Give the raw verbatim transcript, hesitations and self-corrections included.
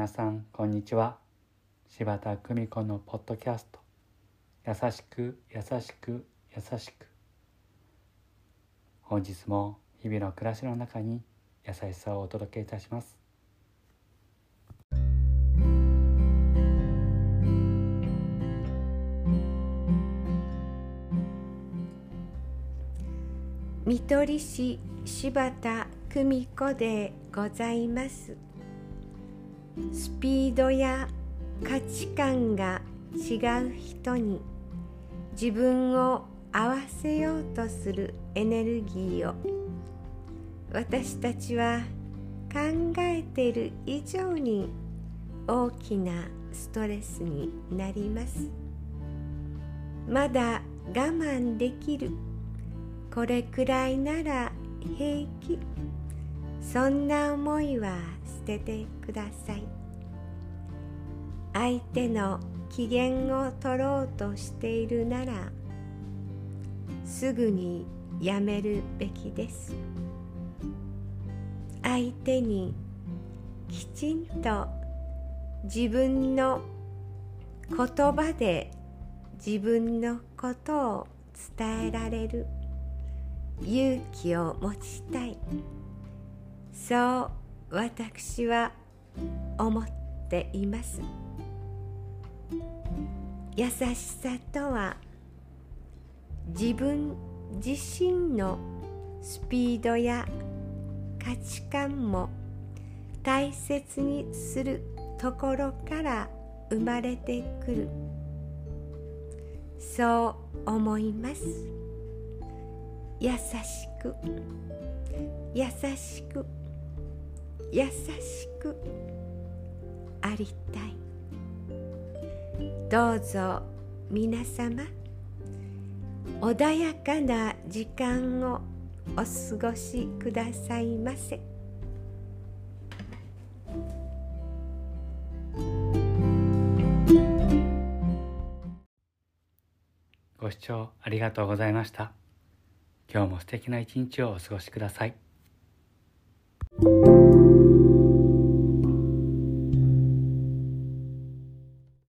皆さんこんにちは。柴田久美子のポッドキャスト、優しく優しく優しく。本日も日々の暮らしの中に優しさをお届けいたします。 看取り師柴田久美子でございます。スピードや価値観が違う人に自分を合わせようとするエネルギーを私たちは考えている以上に大きなストレスになります。まだ我慢できる、これくらいなら平気、そんな思いは捨ててください。相手の機嫌を取ろうとしているならすぐにやめるべきです。相手にきちんと自分の言葉で自分のことを伝えられる勇気を持ちたい、そう私は思っています。優しさとは自分自身のスピードや価値観も大切にするところから生まれてくる、そう思います。優しく優しく優しくありたい。どうぞ皆様穏やかな時間をお過ごしくださいませ。 ご視聴ありがとうございました。今日も素敵な一日をお過ごしください。